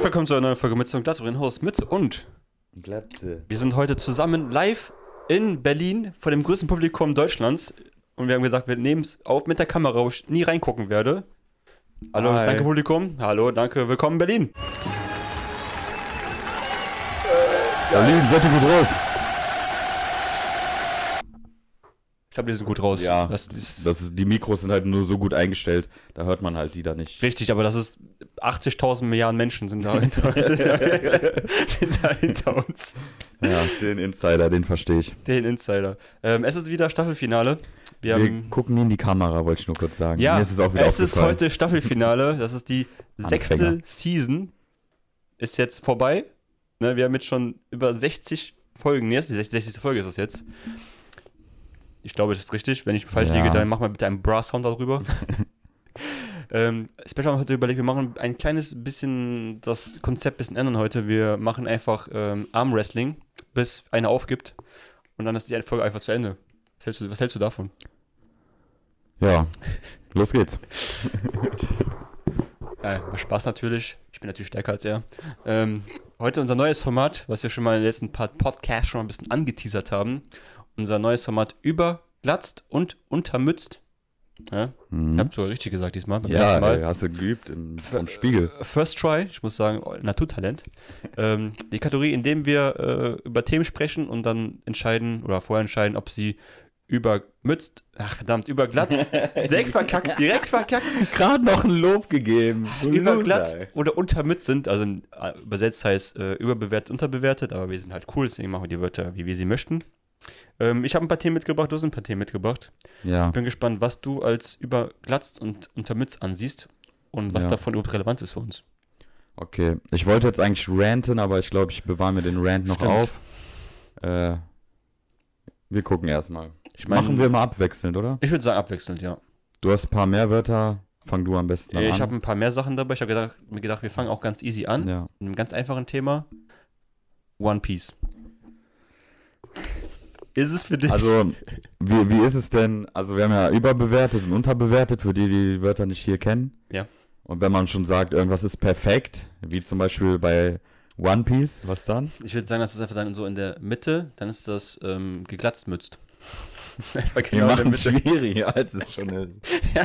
willkommen zu einer neuen Folge Mütze und Glatze, Host Mütze und Glatze. Wir sind heute zusammen live in Berlin vor dem größten Publikum Deutschlands und wir haben gesagt, wir nehmen es auf mit der Kamera, wo ich nie reingucken werde. Hallo, Hi. danke Publikum. Hallo, danke, willkommen in Berlin. Berlin, seid ihr gut drauf? Ich glaube, die sind gut raus. Ja, Das ist die Mikros sind halt nur so gut eingestellt, da hört man halt die da nicht. richtig, aber das ist 80.000 Milliarden Menschen sind da hinter uns. Ja, den Insider, den verstehe ich. Den Insider. Es ist wieder Staffelfinale. Wir gucken nie in die Kamera, wollte ich nur kurz sagen. Ja, Mir ist es auch wieder es ist aufgefallen. heute Staffelfinale. Das ist die 6. Anfänger. Season. Ist jetzt vorbei. Ne, wir haben jetzt schon über 60 Folgen. Nee, die 60. Folge ist das jetzt. Ich glaube, das ist richtig. Wenn ich falsch liege, dann mach mal bitte einen Brass-Sound darüber. Special haben heute überlegt, wir machen ein kleines bisschen das Konzept ein bisschen ändern heute. Wir machen einfach Armwrestling, bis einer aufgibt. Und dann ist die Folge einfach zu Ende. Was hältst du davon? Ja, los geht's. Spaß natürlich. Ich bin natürlich stärker als er. Heute unser neues Format, was wir schon mal in den letzten paar Podcasts schon mal ein bisschen angeteasert haben. Unser neues Format überglatzt und untermützt. Ja? Ich habe sogar richtig gesagt diesmal. Beim ersten Mal. Ey, hast du geübt vom Spiegel. First try, ich muss sagen, Naturtalent. Die Kategorie, in dem wir über Themen sprechen und dann entscheiden oder vorher entscheiden, ob sie überglatzt, direkt verkackt. Gerade noch ein Lob gegeben. Überglatzt oder untermützt sind, also übersetzt heißt überbewertet, unterbewertet, aber wir sind halt cool, deswegen machen wir die Wörter, wie wir sie möchten. Ich habe ein paar Themen mitgebracht, du hast ein paar Themen mitgebracht. Ja. Ich bin gespannt, was du als überglatzt und untermützt ansiehst und was davon überhaupt relevant ist für uns. Okay, ich wollte jetzt eigentlich ranten, aber ich glaube, ich bewahre mir den Rant noch Stimmt. auf. Wir gucken erstmal. Machen wir mal abwechselnd, oder? Ich würde sagen abwechselnd, ja. Du hast ein paar mehr Wörter, fang du am besten an. Ich habe ein paar mehr Sachen dabei. Ich habe mir gedacht, wir fangen auch ganz easy an. Ja. Mit einem ganz einfachen Thema. One Piece. Ist es für dich? Also, wie ist es denn? Also, wir haben ja überbewertet und unterbewertet, für die die Wörter nicht hier kennen. Ja. Und wenn man schon sagt, irgendwas ist perfekt, wie zum Beispiel bei One Piece, was dann? Ich würde sagen, das ist einfach dann so in der Mitte, dann ist das geglatzt mützt. Das ist einfach Wir genau in der machen es Mitte. schwieriger, als es schon ist.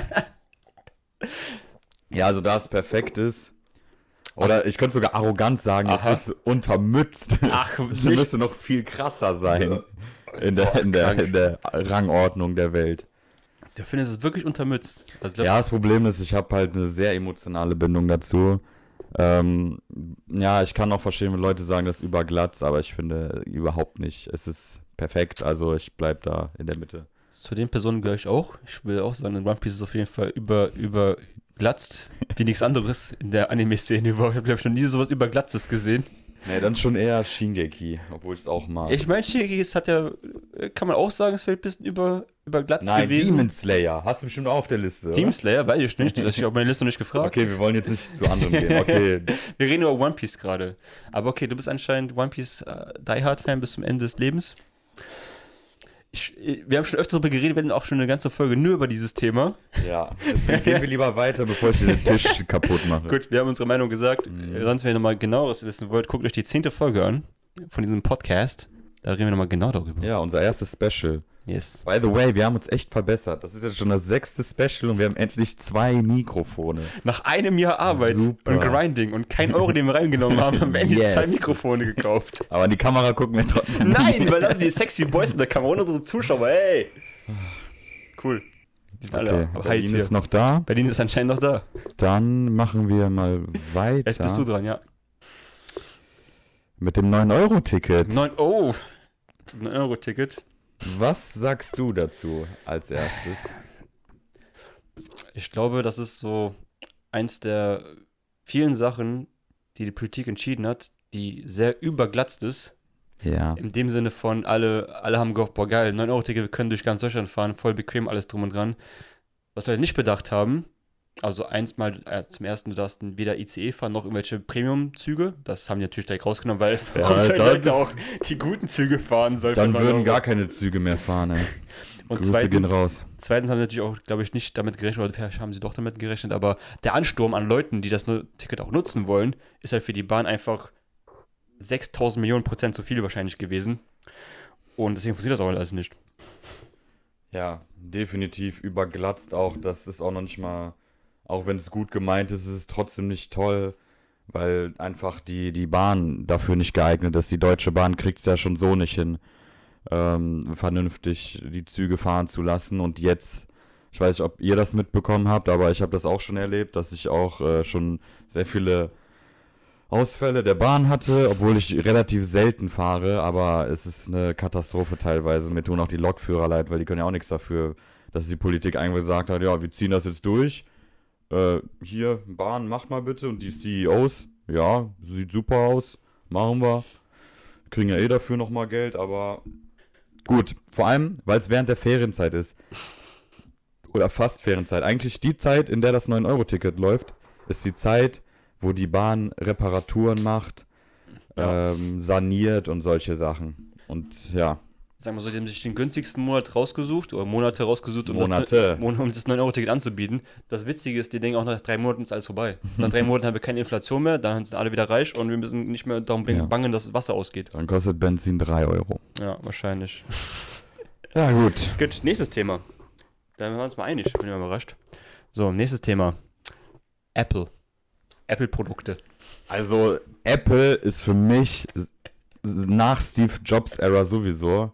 Ja, also da es perfekt ist. Oder ich könnte sogar arrogant sagen, Aha. es ist untermützt. Ach, Es nicht. müsste noch viel krasser sein in der Rangordnung der Welt. Du findest es wirklich untermützt. Also, Ja, das Problem ist, ich habe halt eine sehr emotionale Bindung dazu. Ja, ich kann auch verstehen, wenn Leute sagen, das ist überglatzt, aber ich finde überhaupt nicht. Es ist perfekt, also ich bleib da in der Mitte. zu den Personen gehöre ich auch. Ich will auch sagen, One Piece ist auf jeden Fall überglatzt, wie nichts anderes in der Anime-Szene überhaupt. Ich habe, glaube ich, noch nie sowas Überglatztes gesehen. Nee, dann schon eher Shingeki, obwohl ich es auch mag. Ich meine, Shingeki hat ja, kann man auch sagen, es wäre ein bisschen überglatzt Nein, gewesen. Demon Slayer, hast du bestimmt auch auf der Liste, oder? Demon Slayer, weiß ich nicht. Ich habe meine Liste noch nicht gefragt. Okay, wir wollen jetzt nicht zu anderen gehen, okay. Wir reden über One Piece gerade. Aber okay, du bist anscheinend One Piece Die Hard Fan bis zum Ende des Lebens. Wir haben schon öfter darüber geredet, wir hatten auch schon eine ganze Folge nur über dieses Thema. Ja, deswegen gehen wir lieber weiter, bevor ich den Tisch kaputt mache. Gut, wir haben unsere Meinung gesagt. Sonst, wenn ihr nochmal genaueres wissen wollt, guckt euch die 10. Folge an von diesem Podcast. Da reden wir nochmal genau darüber. Ja, unser erstes Special. Yes. By the way, wir haben uns echt verbessert. Das ist jetzt schon das 6. Special und wir haben endlich 2 Mikrofone. Nach einem Jahr Arbeit Super. und Grinding und kein Euro, den wir reingenommen haben, haben wir endlich Yes. 2 Mikrofone gekauft. Aber in die Kamera gucken wir trotzdem. Nein, weil das sind die sexy Boys in der Kamera und unsere Zuschauer, ey. Cool. Die sind Okay, alle heiß Berlin hier. ist noch da. Berlin ist anscheinend noch da. Dann machen wir mal weiter. Jetzt bist du dran, ja. Mit dem 9-Euro-Ticket. 9-Euro-Ticket. Was sagst du dazu als erstes? Ich glaube, das ist so eins der vielen Sachen, die die Politik entschieden hat, die sehr überglatzt ist. Ja. In dem Sinne von, alle haben gehofft, boah geil, 9-Euro-Ticket, wir können durch ganz Deutschland fahren, voll bequem, alles drum und dran. Was Leute nicht bedacht haben, also zum ersten, du darfst weder ICE fahren, noch irgendwelche Premium-Züge. Das haben die natürlich direkt rausgenommen, weil warum sollen dann- Leute auch die guten Züge fahren sollen? Dann für 9 würden Euro? gar keine Züge mehr fahren, ey. Und Grüße gehen raus. Zweitens haben sie natürlich auch, glaube ich, nicht damit gerechnet, oder vielleicht haben sie doch damit gerechnet, aber der Ansturm an Leuten, die das Ticket auch nutzen wollen, ist halt für die Bahn einfach 6.000 Millionen % zu viel wahrscheinlich gewesen. Und deswegen funktioniert das auch alles nicht. Ja, definitiv überglatzt auch. Das ist auch noch nicht mal, auch wenn es gut gemeint ist, ist es trotzdem nicht toll, weil einfach die Bahn dafür nicht geeignet ist. Die Deutsche Bahn kriegt es ja schon so nicht hin, vernünftig die Züge fahren zu lassen. Und jetzt, ich weiß nicht, ob ihr das mitbekommen habt, aber ich habe das auch schon erlebt, dass ich auch schon sehr viele Ausfälle der Bahn hatte, obwohl ich relativ selten fahre, aber es ist eine Katastrophe teilweise. Mir tun auch die Lokführer leid, weil die können ja auch nichts dafür, dass die Politik eigentlich gesagt hat, ja, wir ziehen das jetzt durch. Hier, Bahn, mach mal bitte. Und die CEOs, ja, sieht super aus, machen wir. Kriegen ja eh dafür nochmal Geld, aber gut. Vor allem, weil es während der Ferienzeit ist. Oder fast Ferienzeit. Eigentlich die Zeit, in der das 9-Euro-Ticket läuft, ist die Zeit, wo die Bahn Reparaturen macht, saniert und solche Sachen. Und ja. Sagen wir so, die haben sich den günstigsten Monat rausgesucht oder Monate rausgesucht, um das 9-Euro-Ticket anzubieten. Das Witzige ist, die denken auch, nach 3 Monaten ist alles vorbei. Nach 3 Monaten haben wir keine Inflation mehr, dann sind alle wieder reich und wir müssen nicht mehr darum bangen, dass Wasser ausgeht. Dann kostet Benzin 3 Euro. Ja, wahrscheinlich. Ja, gut. Gut, nächstes Thema. Da sind wir uns mal einig, bin ich mal überrascht. So, nächstes Thema. Apple-Produkte. Also, Apple ist für mich nach Steve Jobs Ära sowieso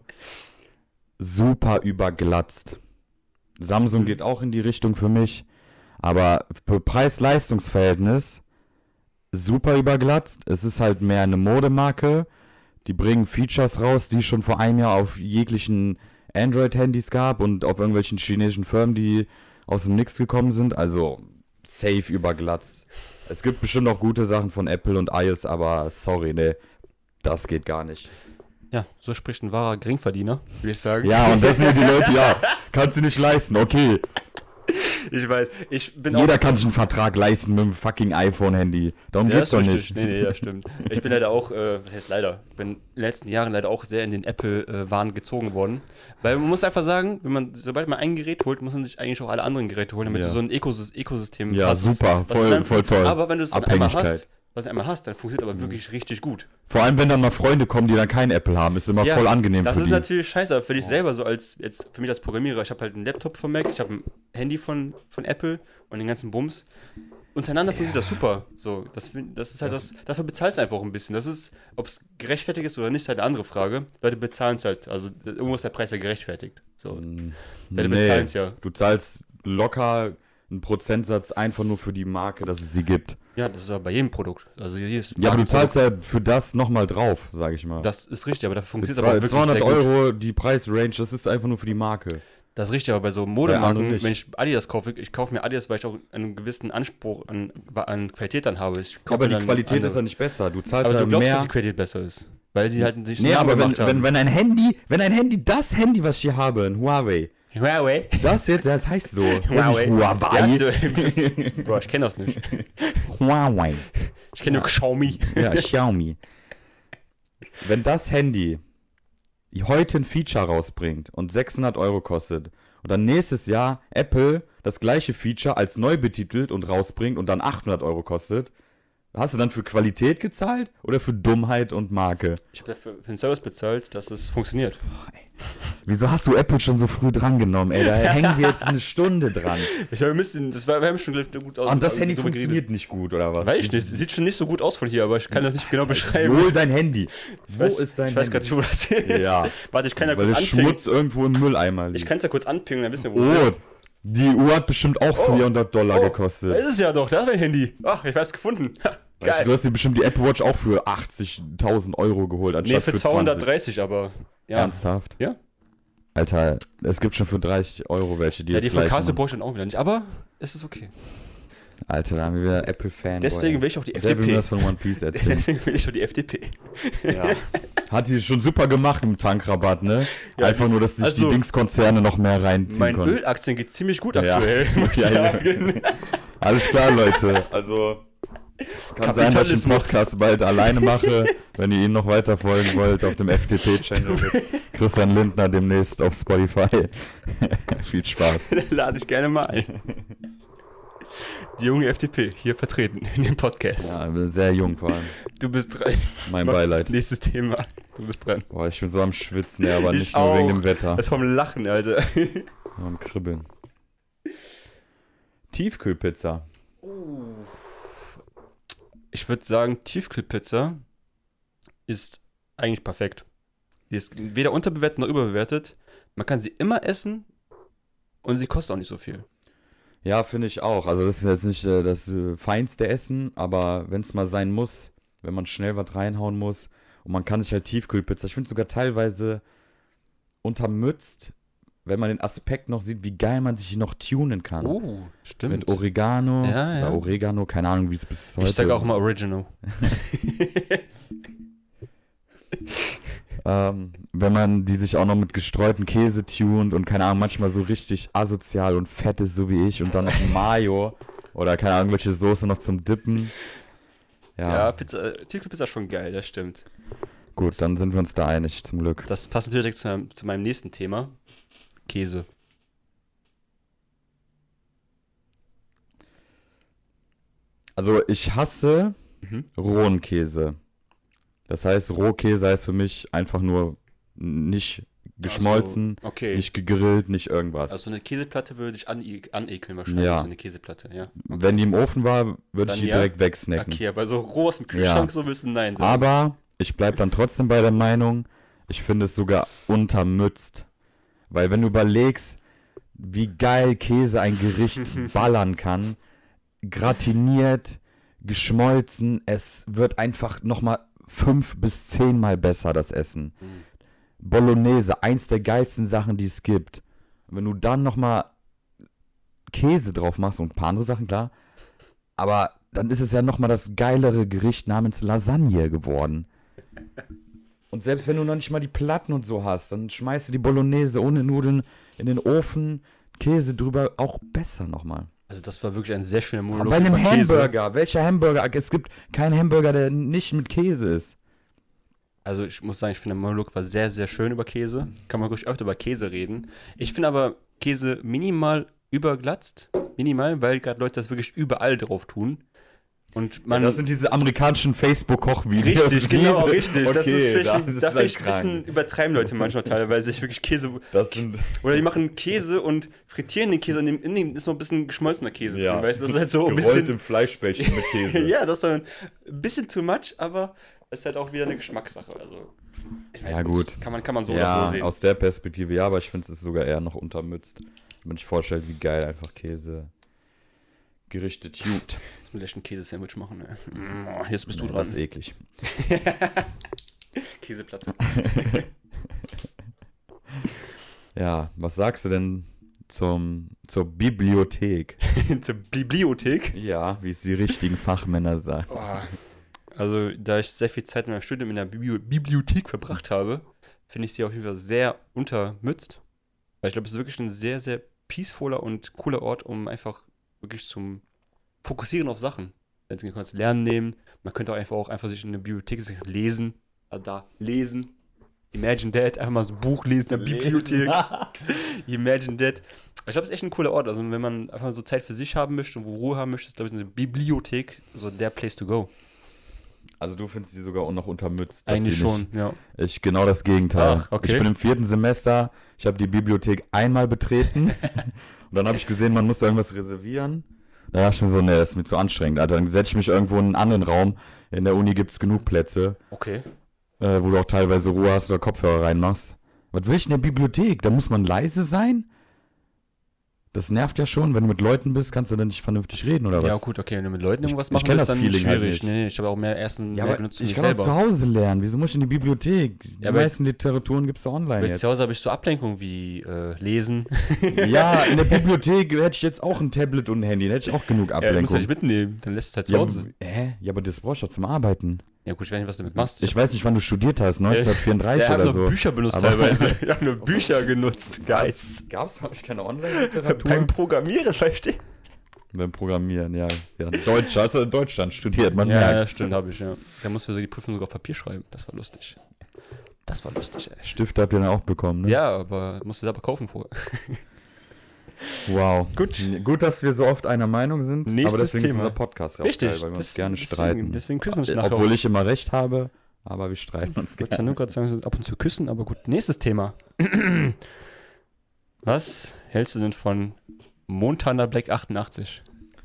super überglatzt. Samsung geht auch in die Richtung für mich, aber für Preis-Leistungs-Verhältnis super überglatzt. Es ist halt mehr eine Modemarke. Die bringen Features raus, die es schon vor einem Jahr auf jeglichen Android-Handys gab und auf irgendwelchen chinesischen Firmen, die aus dem Nix gekommen sind. Also safe überglatzt. Es gibt bestimmt auch gute Sachen von Apple und iOS, aber sorry, ne, das geht gar nicht. Ja, so spricht ein wahrer Geringverdiener, würde ich sagen. Ja, und das sind die Leute, ja, kannst du nicht leisten, okay. Ich weiß, Jeder kann sich einen Vertrag leisten mit einem fucking iPhone-Handy. Darum geht's doch nicht. Nee, das stimmt. Ich bin leider auch, was heißt leider, bin in den letzten Jahren leider auch sehr in den Apple-Wahn gezogen worden. Weil man muss einfach sagen, sobald man ein Gerät holt, muss man sich eigentlich auch alle anderen Geräte holen, damit du so ein Ökosystem hast. Ja, super, voll toll. Aber wenn du es dann einmal hast, dann funktioniert aber wirklich richtig gut. Vor allem, wenn dann mal Freunde kommen, die dann kein Apple haben, ist immer voll angenehm für die. Das ist natürlich scheiße, aber für dich selber, so für mich als Programmierer, ich habe halt einen Laptop von Mac, ich habe ein Handy von Apple und den ganzen Bums. Untereinander funktioniert das super. So, das ist halt dafür bezahlst du einfach auch ein bisschen. Das ist, ob es gerechtfertigt ist oder nicht, ist halt eine andere Frage. Leute bezahlen es halt, also irgendwo ist der Preis ja gerechtfertigt. So. Leute bezahlen es ja. Du zahlst locker einen Prozentsatz einfach nur für die Marke, dass es sie gibt. Ja, das ist aber bei jedem Produkt. Also hier ist ja, aber du zahlst ja für das nochmal drauf, sage ich mal. Das ist richtig, aber dafür funktioniert es aber wirklich 200 sehr gut. Euro, die Preisrange, das ist einfach nur für die Marke. Das ist richtig, aber bei so Modemarken, wenn ich Adidas kaufe, ich kaufe mir Adidas, weil ich auch einen gewissen Anspruch an Qualität dann habe. Aber die Qualität ist ja nicht besser. Du zahlst aber ja du glaubst, mehr. dass die Qualität besser ist. Weil sie halt sich nee, aber wenn ein Handy, das Handy, was ich hier habe, ein Huawei, das jetzt, das heißt so. Huawei. Huawei. Bro, ich kenne das nicht. Huawei. Ich kenne nur Xiaomi. Ja, Xiaomi. Wenn das Handy heute ein Feature rausbringt und 600 Euro kostet und dann nächstes Jahr Apple das gleiche Feature als neu betitelt und rausbringt und dann 800 Euro kostet, hast du dann für Qualität gezahlt oder für Dummheit und Marke? Ich habe dafür für den Service bezahlt, dass es funktioniert. Wieso hast du Apple schon so früh drangenommen, ey? Da hängen wir jetzt eine Stunde dran. Wir haben schon gut aus. Und das Handy funktioniert nicht gut, oder was? Weiß ich nicht. Sieht schon nicht so gut aus von hier, aber ich kann das nicht genau beschreiben. Hol dein Handy. Wo ist dein Handy? Ich weiß gar nicht, wo das ist. Ja. Warte, ich kann ja kurz anpingen. Weil der Schmutz irgendwo im Mülleimer liegt. Ich kann es ja kurz anpingen, dann wissen wir, wo es ist. Die Uhr hat bestimmt auch $400 gekostet. Das ist es ja doch. Da ist mein Handy. Ach, ich hab's gefunden. Weißt du hast dir bestimmt die Apple Watch auch für 80.000 Euro geholt, anstatt für 230, aber ja. Ernsthaft? Ja. Alter, es gibt schon für 30 Euro welche, die ja, die von Casio brauche ich dann auch wieder nicht, aber es ist okay. Alter, da haben wir wieder Apple-Fan. Deswegen will ich auch die FDP. Der will mir das von One Piece erzählen. Deswegen will ich auch die FDP. Ja. Hat sie schon super gemacht im Tankrabatt, ne? Ja, einfach nur, dass sich die Dingskonzerne noch mehr reinziehen können. Mein Ölaktien geht ziemlich gut aktuell, muss ich sagen. Alles klar, Leute. Also, Kann sein, dass ich den Podcast bald alleine mache, wenn ihr ihn noch weiter folgen wollt, auf dem FDP-Channel mit Christian Lindner demnächst auf Spotify. Viel Spaß. Lade ich gerne mal ein. Die junge FDP, hier vertreten in dem Podcast. Ja, sehr jung vor allem. Du bist dran. Mein Beileid. Nächstes Thema. Du bist dran. Boah, ich bin so am Schwitzen, ja, aber Ich nicht nur auch. wegen dem Wetter. Das ist vom Lachen, Alter. Am Kribbeln. Tiefkühlpizza. Ich würde sagen, Tiefkühlpizza ist eigentlich perfekt. Die ist weder unterbewertet noch überbewertet. Man kann sie immer essen und sie kostet auch nicht so viel. Ja, finde ich auch. Also das ist jetzt nicht das feinste Essen, aber wenn es mal sein muss, wenn man schnell was reinhauen muss und man kann sich halt Tiefkühlpizza, ich finde sogar teilweise untermützt, wenn man den Aspekt noch sieht, wie geil man sich hier noch tunen kann. Oh, stimmt. Mit Oregano, Ja, ja. oder Oregano, keine Ahnung, wie es bis heute... Ich sage auch immer Original. wenn man die sich auch noch mit gestreuten Käse tunt und keine Ahnung, manchmal so richtig asozial und fett ist, so wie ich, und dann noch Mayo oder keine Ahnung, welche Soße noch zum Dippen. Ja, Tiefkühlpizza ist schon geil, das stimmt. Gut, dann sind wir uns da einig, zum Glück. Das passt natürlich zu meinem nächsten Thema. Käse. Also ich hasse Mhm. rohen Käse. Das heißt, Rohkäse heißt für mich einfach nur nicht geschmolzen, Also, okay. nicht gegrillt, nicht irgendwas. Also eine Käseplatte würde ich anekeln wahrscheinlich, Ja. so eine Käseplatte, ja. Okay. Wenn die im Ofen war, würde Dann ich die ja. direkt wegsnacken. Okay, aber so roh aus dem Kühlschrank, so müssen nein sein. Aber ich bleibe dann trotzdem bei der Meinung, ich finde es sogar untermützt. Weil wenn du überlegst, wie geil Käse ein Gericht ballern kann, gratiniert, geschmolzen, es wird einfach nochmal 5 bis 10 Mal besser, das Essen. Mhm. Bolognese, eins der geilsten Sachen, die es gibt. Und wenn du dann nochmal Käse drauf machst und ein paar andere Sachen, klar, aber dann ist es ja nochmal das geilere Gericht namens Lasagne geworden. Und selbst wenn du noch nicht mal die Platten und so hast, dann schmeißt du die Bolognese ohne Nudeln in den Ofen, Käse drüber, auch besser nochmal. Also das war wirklich ein sehr schöner Monolog Bei einem über Käse. Hamburger, welcher Hamburger? Es gibt keinen Hamburger, der nicht mit Käse ist. Also ich muss sagen, ich finde der Monolog war sehr, sehr schön über Käse. Kann man ruhig öfter über Käse reden. Ich finde aber Käse minimal überglatzt. Minimal, weil gerade Leute das wirklich überall drauf tun. Und man... Das sind diese amerikanischen Facebook-Koch-Videos. Richtig, genau, richtig. Das Okay, ist da wirklich, da finde ich ein krank. bisschen übertreiben Leute manchmal teilweise. Ich wirklich Käse... Das sind, Oder die machen Käse und frittieren den Käse und in dem ist noch ein bisschen geschmolzener Käse ja, drin. Weißt du, das ist halt so ein gerollt bisschen... im Fleischbällchen mit Käse. Ja, das ist dann ein bisschen too much, aber es ist halt auch wieder eine Geschmackssache. Also, ich weiß Ja, nicht. gut. Kann man so Ja, oder so sehen. aus der Perspektive ja, aber ich finde es ist sogar eher noch untermützt. Wenn man sich vorstellt, wie geil einfach Käse gerichtet tut. Jetzt muss ich gleich ein Käsesandwich machen. Ne? Oh, jetzt bist du Das ist dran. eklig. Käseplatte. Ja, was sagst du denn zur Bibliothek? Zur Bibliothek. Ja, wie es die richtigen Fachmänner sagen. Oh. Also, da ich sehr viel Zeit in meinem Studium in der Bibliothek verbracht habe, finde ich sie auf jeden Fall sehr untermützt. Weil ich glaube, es ist wirklich ein sehr, sehr peacefuler und cooler Ort, um einfach wirklich zum Fokussieren auf Sachen. Man kann das Lernen nehmen, man könnte auch einfach sich in der Bibliothek lesen. Also da lesen. Imagine that, einfach mal so ein Buch lesen in der Bibliothek. Imagine that. Ich glaube, es ist echt ein cooler Ort. Also, wenn man einfach so Zeit für sich haben möchte und wo Ruhe haben möchte, ist, glaube ich, eine Bibliothek so der Place to go. Also du findest sie sogar noch untermützt. dass Eigentlich sie schon, nicht, ja. Ich genau das Gegenteil. Ach, okay. Ich bin im 4. Semester, ich habe die Bibliothek einmal betreten und dann habe ich gesehen, man muss da irgendwas reservieren. Da dachte ich mir so, nee, das ist mir zu anstrengend. Alter, dann setze ich mich irgendwo in einen anderen Raum. In der Uni gibt es genug Plätze, Okay. wo du auch teilweise Ruhe hast oder Kopfhörer reinmachst. Was will ich in der Bibliothek? Da muss man leise sein? Das nervt ja schon. Wenn du mit Leuten bist, kannst du dann nicht vernünftig reden, oder was? Ja, gut, okay, wenn du mit Leuten irgendwas ich machen kenn willst, das dann Feeling halt schwierig. nicht. Nee, ich habe auch mehr Ja, mehr aber genutzt ich für kann mich auch selber. zu Hause lernen. Wieso muss ich in die Bibliothek? Die Ja, aber- meisten Literaturen gibt es online Jetzt jetzt. zu Hause habe ich so Ablenkung wie Lesen. Ja, in der Bibliothek hätte ich jetzt auch ein Tablet und ein Handy. Da hätte ich auch genug Ja, du musst Ablenkung. ja nicht mitnehmen, dann lässt es halt zu Ja, Hause. Ja, aber das brauchst du doch zum Arbeiten. Ja gut, ich weiß nicht, was du damit machst. Ich weiß nicht, wann du studiert hast, 1934 ich habe oder nur so. Bücher benutzt Aber- teilweise. Ich habe nur Bücher genutzt, Guys. Gab's, habe ich keine Online-Literatur? Beim Programmieren, verstehe. Beim Programmieren, ja. Deutsch, hast du in Deutschland studiert, man Ja, merkt. stimmt, habe ich, ja. Da musst du die Prüfung sogar auf Papier schreiben. Das war lustig. Ey. Stifte habt ihr dann auch bekommen, ne? Ja, aber musst du selber kaufen vorher. Wow. Gut, dass wir so oft einer Meinung sind. Nächstes aber deswegen Thema. ist unser Podcast ja auch Richtig. geil, weil wir uns gerne streiten. Deswegen küssen wir uns nachher. Obwohl ich immer recht habe, aber wir streiten uns Ich wollte ja gerne. nur gerade sagen, ab und zu küssen, aber gut. Nächstes Thema. Was hältst du denn von Montana Black 88?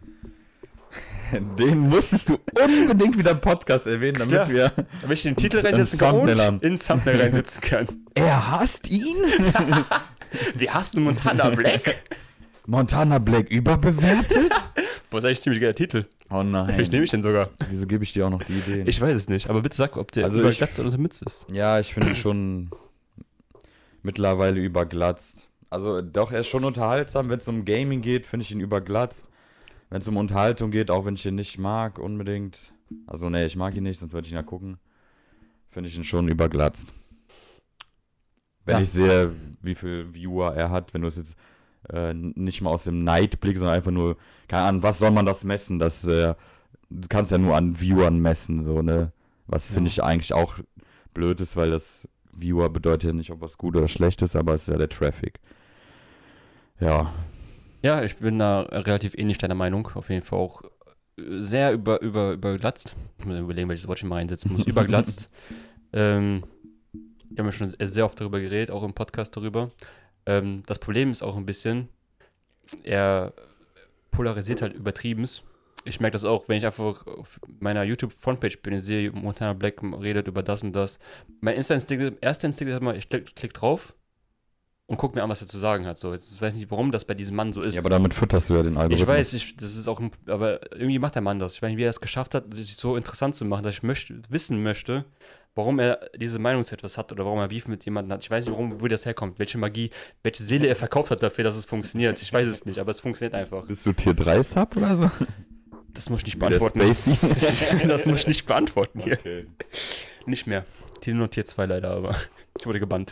Den musstest du unbedingt wieder im Podcast erwähnen, damit Klar. wir... Damit ich den Titel Ein reinsetzen kann Thumbnail haben. und ins Thumbnail reinsetzen kann. Er hasst ihn? Wir hassen Montana Black? Montana Black überbewertet? Boah, ist eigentlich ziemlich geiler Titel. Oh nein. Vielleicht nehme ich den sogar. Wieso gebe ich dir auch noch die Ideen? Ich weiß es nicht, aber bitte sag, ob der Also überglatzt oder untermützt ist. Ja, ich finde ihn schon mittlerweile überglatzt. Also doch, er ist schon unterhaltsam. Wenn es um Gaming geht, finde ich ihn überglatzt. Wenn es um Unterhaltung geht, auch wenn ich ihn nicht mag unbedingt. Also nee, ich mag ihn nicht, sonst würde ich ihn ja gucken. Finde ich ihn schon überglatzt. Wenn Ja. ich sehe, wie viel Viewer er hat, wenn du es jetzt nicht mal aus dem Neidblick, sondern einfach nur, keine Ahnung, was soll man das messen? Du kannst ja nur an Viewern messen, so, ne? Was finde ich eigentlich auch blöd ist, weil das Viewer bedeutet ja nicht, ob was gut oder schlecht ist, aber es ist ja der Traffic. Ja. Ja, ich bin da relativ ähnlich deiner Meinung. Auf jeden Fall auch sehr überglatzt. Ich muss mir überlegen, welches Wort ich mal reinsetzen muss. Überglatzt. Wir haben ja schon sehr oft darüber geredet, auch im Podcast darüber. Das Problem ist auch ein bisschen, er polarisiert halt übertriebens. Ich merke das auch, wenn ich einfach auf meiner YouTube-Frontpage bin und sehe, Montana Black redet über das und das. Mein erster Instinkt ist immer, ich klick drauf und guck mir an, was er zu sagen hat. So, jetzt weiß ich nicht, warum das bei diesem Mann so ist. Ja, aber damit fütterst du ja den Algorithmus. Ich weiß, das ist auch aber irgendwie macht der Mann das. Ich weiß nicht, wie er es geschafft hat, sich so interessant zu machen, dass ich wissen möchte, warum er diese Meinung zu etwas hat oder warum er Beef mit jemandem hat. Ich weiß nicht, wo das herkommt, welche Magie, welche Seele er verkauft hat dafür, dass es funktioniert. Ich weiß es nicht, aber es funktioniert einfach. Bist du Tier 3 Sub oder so? Das muss ich nicht Wie der beantworten. Spacey? Das muss ich nicht beantworten hier. Okay. Nicht mehr. Tier nur Tier 2 leider, aber ich wurde gebannt.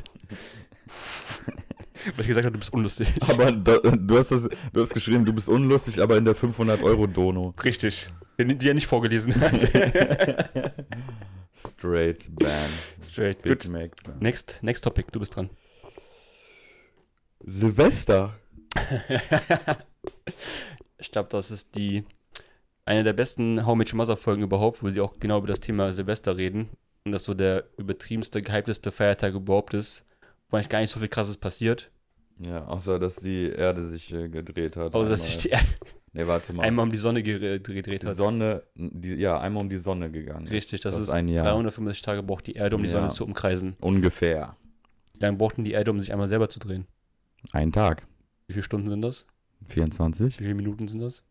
Weil ich gesagt habe, du bist unlustig. Aber du hast geschrieben, du bist unlustig, aber in der 500-Euro-Dono. Richtig. Die er nicht vorgelesen hat. Straight Ban. Straight. Big Gut. Mac Ban. Next Topic, du bist dran. Silvester. Ich glaube, das ist eine der besten How I Met Your Mother Folgen überhaupt, wo sie auch genau über das Thema Silvester reden. Und das so der übertriebenste, gehypteste Feiertag überhaupt ist, wo eigentlich gar nicht so viel Krasses passiert. Ja, außer dass die Erde sich gedreht hat. Außer dass sich die Erde Nee, warte mal. einmal um die Sonne gedreht Die hat. Sonne, einmal um die Sonne gegangen. Richtig, das ist ein Jahr. 365 Tage braucht die Erde, um die Ja. Sonne zu umkreisen. Ungefähr. Wie lange braucht denn die Erde, um sich einmal selber zu drehen? Ein Tag. Wie viele Stunden sind das? 24? Wie viele Minuten sind das?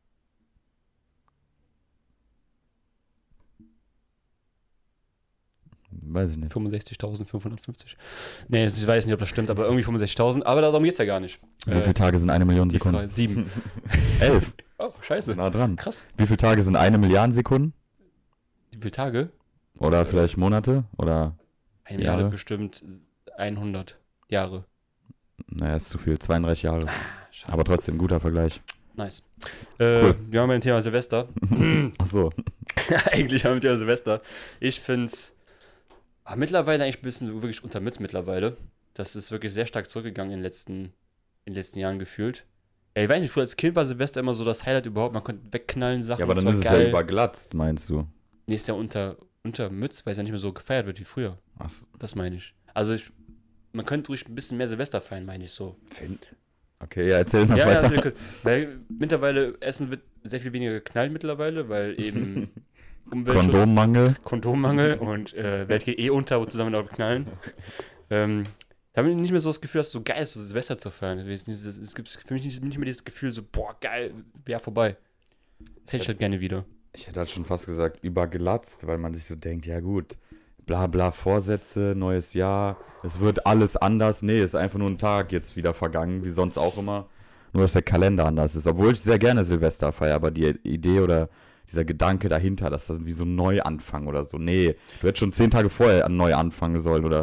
Weiß ich nicht. 65.550. Nee, ich weiß nicht, ob das stimmt, aber irgendwie 65.000. Aber darum geht's ja gar nicht. Wie viele Tage sind 1 Million Die Sekunden? Frage, 7. 11. Oh, scheiße. Nah dran. Krass. Wie viele Tage sind 1 Milliarde Sekunden? Wie viele Tage? Oder vielleicht Monate? Oder, Eine Milliarde Jahre? bestimmt 100 Jahre. naja, ist zu viel. 32 Jahre. Schade. Aber trotzdem, guter Vergleich. Nice. Cool. Wir haben ein Thema Silvester. Ach so. Eigentlich haben wir ein Thema Silvester. Ich find's mittlerweile eigentlich ein bisschen wirklich untermützt mittlerweile. Das ist wirklich sehr stark zurückgegangen in den letzten Jahren gefühlt. Ja, ich weiß nicht, früher als Kind war Silvester immer so das Highlight überhaupt. Man konnte wegknallen Sachen. Ja, aber das dann war ist es geil. ja überglatzt, meinst du? Nee, ist ja untermützt, weil es ja nicht mehr so gefeiert wird wie früher. Ach so. Das meine ich. Also man könnte ruhig ein bisschen mehr Silvester feiern, meine ich so. Okay, ja, erzähl noch Ja, weiter. ja, weil mittlerweile Essen wird sehr viel weniger geknallt mittlerweile, weil eben Kondommangel und Welt geht eh unter, wo zusammen auch knallen. Da habe ich nicht mehr so das Gefühl, dass es so geil ist, so Silvester zu feiern. Es gibt für mich nicht mehr dieses Gefühl, so, boah, geil, Jahr vorbei. Das hätte ich halt gerne wieder. Ich hätte halt schon fast gesagt, überglatzt, weil man sich so denkt, ja gut, bla bla, Vorsätze, neues Jahr, es wird alles anders. Nee, ist einfach nur ein Tag jetzt wieder vergangen, wie sonst auch immer. Nur, dass der Kalender anders ist. Obwohl ich sehr gerne Silvester feiere, aber die Idee oder dieser Gedanke dahinter, dass das wie so ein Neuanfang oder so. Nee, du hättest schon 10 Tage vorher neu anfangen sollen oder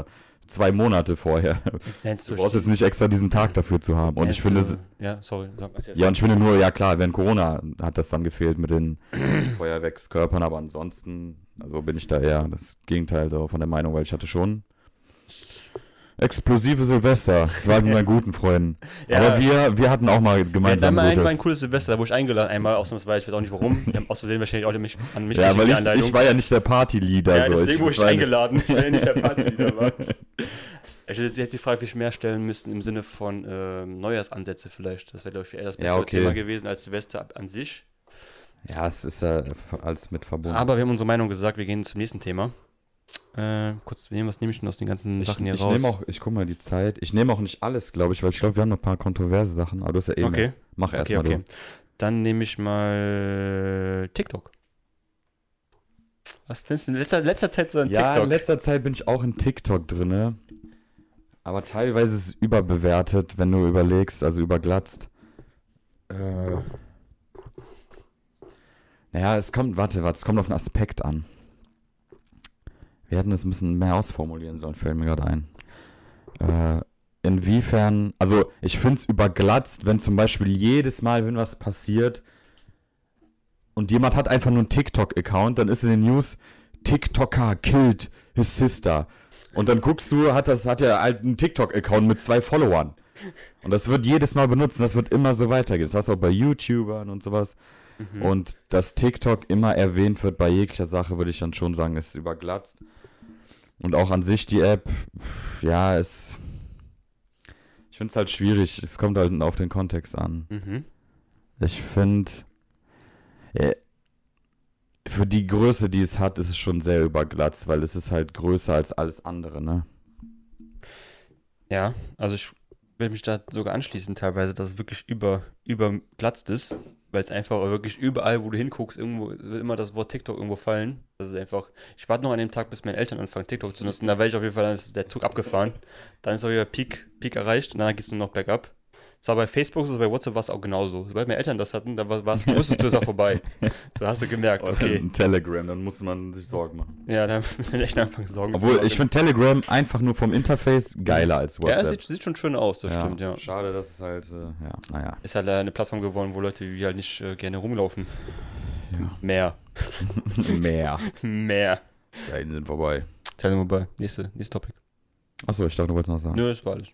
2 Monate vorher. Du brauchst jetzt nicht extra diesen Tag dafür zu haben. Und ich finde, ja, sorry. ja, und ich finde nur, ja klar, während Corona hat das dann gefehlt mit den Feuerwerkskörpern, aber ansonsten, also bin ich da eher das Gegenteil von der Meinung, weil ich hatte schon explosive Silvester, das war mit meinen guten Freunden. Ja. Aber wir hatten auch mal gemeinsam ein cooles Silvester, da wurde ich eingeladen, einmal ausnahmsweise, ich weiß auch nicht warum, wir haben aus Versehen wahrscheinlich auch an mich ja, weil ich war ja nicht der Partyleader. Ja, deswegen wurde ich eingeladen, weil ich nicht der Partyleader war. Ich hätte jetzt die Frage, wie viel mehr stellen müssten im Sinne von Neujahrsansätze vielleicht. Das wäre, glaube ich, eher das bessere Thema gewesen als Silvester an sich. Ja, es ist ja alles mit verbunden. Aber wir haben unsere Meinung gesagt, wir gehen zum nächsten Thema. Was nehme ich denn aus den ganzen Sachen hier raus? Ich guck mal die Zeit. Ich nehme auch nicht alles, glaube ich, weil ich glaube, wir haben noch ein paar kontroverse Sachen, aber du hast ja eh mehr. Mach erst mal du. Dann nehme ich mal TikTok. Was findest du in letzter Zeit so an TikTok? Ja, in letzter Zeit bin ich auch in TikTok drin. Aber teilweise ist es überbewertet, wenn du überlegst, also überglatzt. Naja, es kommt auf einen Aspekt an. Wir hätten es ein bisschen mehr ausformulieren sollen, fällt mir gerade ein. Inwiefern, also ich finde es überglatzt, wenn zum Beispiel jedes Mal, wenn was passiert und jemand hat einfach nur einen TikTok-Account, dann ist in den News, TikToker killed his sister. Und dann guckst du, hat er halt einen TikTok-Account mit 2 Followern. Und das wird jedes Mal benutzt, das wird immer so weitergehen. Das hast du auch bei YouTubern und sowas. Mhm. Und dass TikTok immer erwähnt wird bei jeglicher Sache, würde ich dann schon sagen, ist überglatzt. Und auch an sich die App, ja, ich finde es halt schwierig. Es kommt halt auf den Kontext an. Mhm. Ich finde, für die Größe, die es hat, ist es schon sehr überglatzt, weil es ist halt größer als alles andere, ne? Ja, also ich will mich da sogar anschließen teilweise, dass es wirklich überglatzt ist, weil es einfach wirklich überall, wo du hinguckst, irgendwo wird immer das Wort TikTok irgendwo fallen. Das ist einfach, ich warte noch an dem Tag, bis meine Eltern anfangen, TikTok zu nutzen, da werde ich auf jeden Fall, dann ist der Zug abgefahren, dann ist auch wieder Peak erreicht und dann geht es nur noch bergab. Das war bei Facebook, so bei WhatsApp war es auch genauso. Sobald meine Eltern das hatten, dann wusstest du, es auch vorbei. So hast du gemerkt, okay. Telegram, dann musste man sich Sorgen machen. Ja, da müssen wir echt anfangen Sorgen zu machen. Obwohl, ich finde Telegram einfach nur vom Interface geiler als WhatsApp. Ja, es sieht schon schön aus, das stimmt, ja. Schade, dass es halt, naja. Ist halt eine Plattform geworden, wo Leute wie halt nicht gerne rumlaufen. Ja. Mehr. Mehr. Zeiten sind vorbei. Nächstes Topic. Achso, ich dachte, du wolltest noch sagen. Nö, das war alles.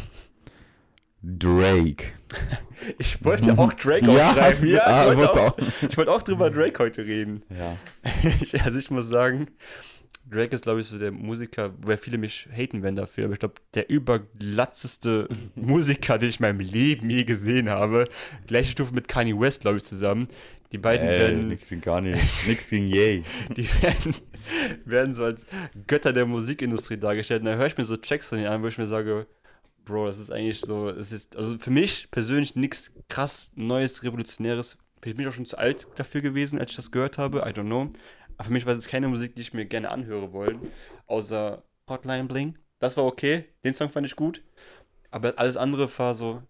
Drake. Ich wollte ja auch Drake aufschreiben. Ich wollte auch drüber Drake heute reden. Ja. Ich muss sagen, Drake ist, glaube ich, so der Musiker, weil viele mich haten werden dafür, aber ich glaube, der überglatzeste Musiker, den ich in meinem Leben je gesehen habe. Gleiche Stufe mit Kanye West, glaube ich, zusammen. Die beiden werden... Nix gegen Kanye, nix gegen Ye. Die werden so als Götter der Musikindustrie dargestellt. Und da höre ich mir so Tracks von denen an, wo ich mir sage... Bro, das ist eigentlich so, es ist, also für mich persönlich nichts krass Neues, Revolutionäres. Ich bin auch schon zu alt dafür gewesen, als ich das gehört habe, I don't know. Aber für mich war es keine Musik, die ich mir gerne anhören wollte, außer Hotline Bling. Das war okay, den Song fand ich gut, aber alles andere war so,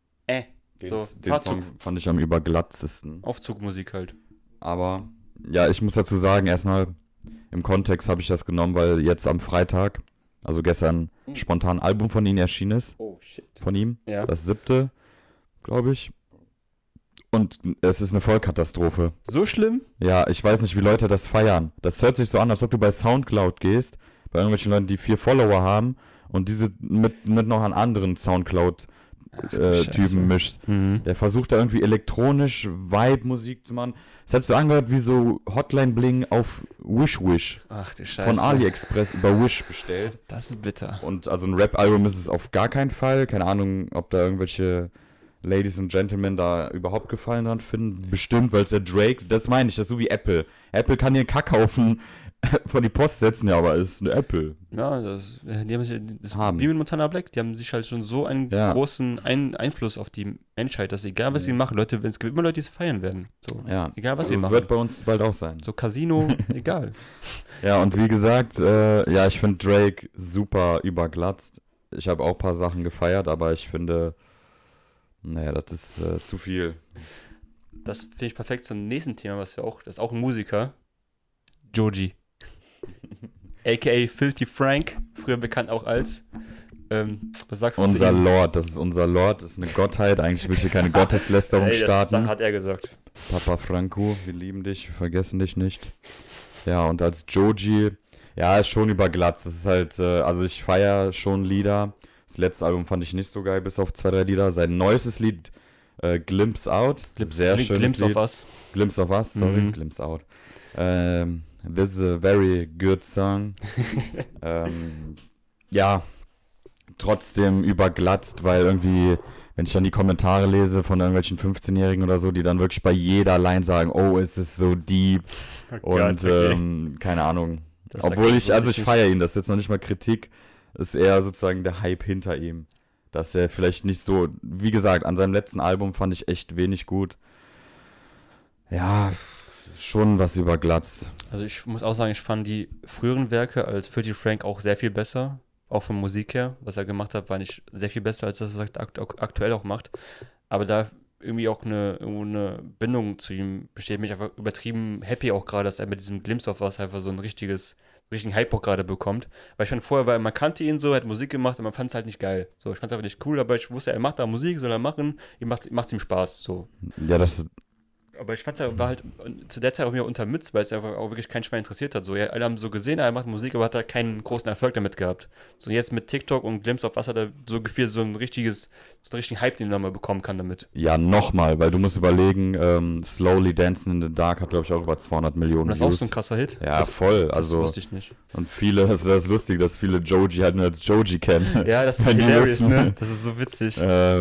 Den Song fand ich am überglatzesten. Aufzugmusik halt. Aber, ja, ich muss dazu sagen, erstmal im Kontext habe ich das genommen, weil jetzt am Freitag, also gestern, spontan ein Album von ihm erschienen ist. Oh, shit. Von ihm. Ja. Das 7., glaube ich. Und es ist eine Vollkatastrophe. So schlimm? Ja, ich weiß nicht, wie Leute das feiern. Das hört sich so an, als ob du bei Soundcloud gehst, bei irgendwelchen Leuten, die 4 Follower haben und diese mit noch einen anderen Soundcloud-Typen mischst. Mhm. Der versucht da irgendwie elektronisch Vibe-Musik zu machen. Das hat so angehört wie so Hotline Bling auf Wish. Ach du Scheiße. Von AliExpress über Wish bestellt. Das ist bitter. Und also ein Rap-Album ist es auf gar keinen Fall. Keine Ahnung, ob da irgendwelche Ladies and Gentlemen da überhaupt Gefallen dran finden. Bestimmt, weil es der Drake, das meine ich, das ist so wie Apple. Apple kann den Kackhaufen vor die Post setzen, ja, aber es ist eine Apple. Ja, das wie mit Montana Black, die haben sich halt schon so einen großen Einfluss auf die Menschheit, dass egal was sie machen, Leute, es gibt immer Leute, die es feiern werden. So, egal was sie machen. Wird bei uns bald auch sein. So Casino, egal. Ja, und wie gesagt, ich finde Drake super überglatzt. Ich habe auch ein paar Sachen gefeiert, aber ich finde, das ist zu viel. Das finde ich perfekt zum nächsten Thema, das ist auch ein Musiker. Joji. a.k.a. Filthy Frank, früher bekannt auch als. Was sagst du Unser zu ihm? Lord, das ist unser Lord, das ist eine Gottheit. Eigentlich will ich hier keine Gotteslästerung Ey, das starten. hat er gesagt. Papa Franco, wir lieben dich, wir vergessen dich nicht. Ja, und als Joji, ja, ist schon überglatzt. Das ist halt, also ich feiere schon Lieder. Das letzte Album fand ich nicht so geil, bis auf 2, 3 Lieder. Sein neuestes Lied, Glimpse Out, sehr schönes Glimpse Lied. of Us. Glimpse of Us, sorry, Mhm. Glimpse Out. This is a very good song. Ja, trotzdem überglatzt, weil irgendwie, wenn ich dann die Kommentare lese von irgendwelchen 15-Jährigen oder so, die dann wirklich bei jeder Line sagen, oh, es ist so deep Oh und Gott, okay. keine Ahnung. Das Obwohl wusste ich, also ich nicht. feiere ihn, das ist jetzt noch nicht mal Kritik, ist eher sozusagen der Hype hinter ihm. Dass er vielleicht nicht so, wie gesagt, an seinem letzten Album fand ich echt wenig gut. Ja, schon was überglatzt. Also ich muss auch sagen, ich fand die früheren Werke als Filthy Frank auch sehr viel besser. Auch von Musik her. Was er gemacht hat, war nicht sehr viel besser, als das, was er aktuell auch macht. Aber da irgendwie auch irgendwo eine Bindung zu ihm besteht, mich einfach übertrieben happy auch gerade, dass er mit diesem Glimpse of Us einfach so ein richtigen Hype auch gerade bekommt. Weil ich fand vorher, weil man kannte ihn so, er hat Musik gemacht und man fand es halt nicht geil. So, ich fand es einfach nicht cool, aber ich wusste, er macht da Musik, soll er machen, macht's ihm Spaß. So. Ja, das, Aber ich fand es war halt zu der Zeit auch wieder unter Mütz, weil es einfach auch wirklich kein Schwein interessiert hat. So, ja, alle haben so gesehen, er macht Musik, aber hat da keinen großen Erfolg damit gehabt. So, jetzt mit TikTok und Glimpse of was hat er so gefühlt so einen richtigen Hype, den er mal bekommen kann damit. ja, nochmal, weil du musst überlegen, Slowly Dancing in the Dark hat, glaube ich, auch über 200 Millionen Und das ist auch Views. so ein krasser Hit. Ja, das, voll. Das Also, wusste ich nicht. und viele, das ist lustig, dass viele Joji halt nur als Joji kennen. Ja, das ist Wenn die hilarious, wissen. ne? Das ist so witzig.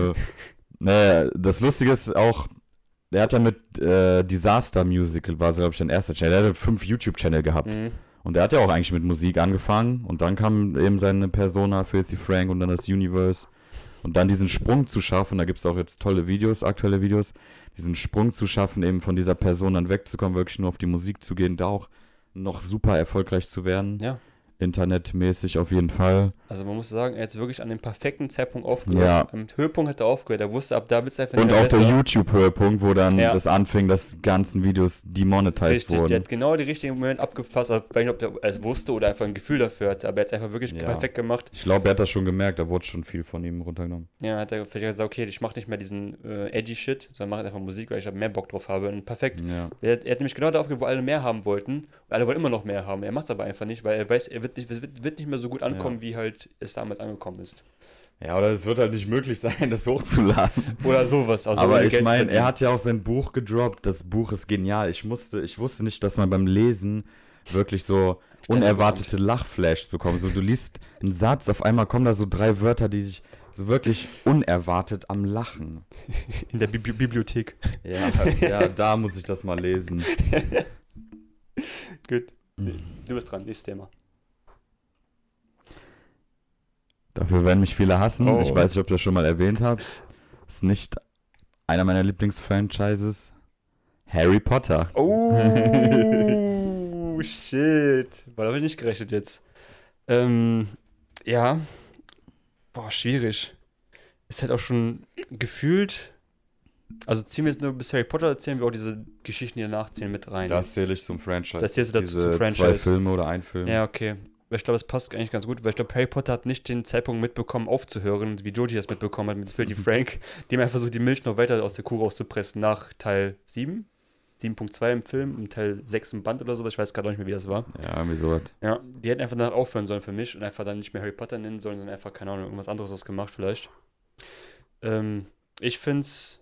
Ne, das Lustige ist auch, der hat ja mit Disaster Musical, war glaube ich sein erster Channel, der hatte 5 YouTube-Channel gehabt. Mhm. Und der hat ja auch eigentlich mit Musik angefangen und dann kam eben seine Persona, Filthy Frank und dann das Universe. Und dann diesen Sprung zu schaffen, da gibt es auch jetzt tolle Videos, aktuelle Videos, diesen Sprung zu schaffen, eben von dieser Person dann wegzukommen, wirklich nur auf die Musik zu gehen, da auch noch super erfolgreich zu werden. Ja. Internetmäßig auf jeden Fall. Also man muss sagen, er hat wirklich an dem perfekten Zeitpunkt aufgehört. Ja. Am Höhepunkt hat er aufgehört. Er wusste, ab da wird es einfach Und nicht mehr auch der besser. YouTube-Höhepunkt, wo dann Ja. das anfing, dass ganzen Videos demonetized Richtig, der wurden. hat genau den richtigen Moment abgepasst. Also, ich weiß nicht, ob der es wusste oder einfach ein Gefühl dafür hatte, aber er hat es einfach wirklich Ja. perfekt gemacht. Ich glaube, er hat das schon gemerkt, da wurde schon viel von ihm runtergenommen. Ja, hat er vielleicht gesagt, okay, ich mache nicht mehr diesen edgy Shit, sondern mache einfach Musik, weil ich da mehr Bock drauf habe. Und perfekt. Ja. Er hat nämlich genau da aufgehört, wo alle mehr haben wollten. Und alle wollen immer noch mehr haben. Er macht es aber einfach nicht, weil er weiß, es wird nicht mehr so gut ankommen, wie halt es damals angekommen ist. Ja, oder es wird halt nicht möglich sein, das hochzuladen. Oder sowas. Also Aber ohne ich Geld zu meine, verdienen. er hat ja auch sein Buch gedroppt. Das Buch ist genial. Ich wusste nicht, dass man beim Lesen wirklich so unerwartete Lachflashs bekommt. So, du liest einen Satz, auf einmal kommen da so 3 Wörter, die sich so wirklich unerwartet am Lachen. In der Bibliothek. Ja, da muss ich das mal lesen. Gut. Du bist dran, nächstes Thema. Dafür werden mich viele hassen. Oh. Ich weiß nicht, ob ich das schon mal erwähnt habe. Ist nicht einer meiner Lieblingsfranchises. Harry Potter. Oh, shit. Weil habe ich nicht gerechnet jetzt. Ja. Boah, schwierig. Ist halt auch schon gefühlt. Also ziehen wir jetzt nur bis Harry Potter, erzählen wir auch diese Geschichten, die danach zählen, mit rein. Das zähle ich zum Franchise. Das zählst du dazu Diese zum Franchise. 2 Filme oder ein Film. Ja, okay. Weil ich glaube, es passt eigentlich ganz gut, weil ich glaube, Harry Potter hat nicht den Zeitpunkt mitbekommen, aufzuhören, wie Joji das mitbekommen hat mit Filthy Frank, dem er versucht, die Milch noch weiter aus der Kuh rauszupressen nach Teil 7. 7.2 im Film und Teil 6 im Band oder sowas. Ich weiß gerade auch nicht mehr, wie das war. Ja, irgendwie sowas. Ja, die hätten einfach danach aufhören sollen für mich und einfach dann nicht mehr Harry Potter nennen sollen, sondern einfach, keine Ahnung, irgendwas anderes ausgemacht vielleicht. Ich finde es.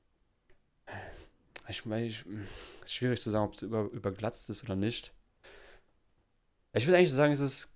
Ich meine, es ist schwierig zu sagen, ob es überglatzt ist oder nicht. Ich würde eigentlich sagen, es ist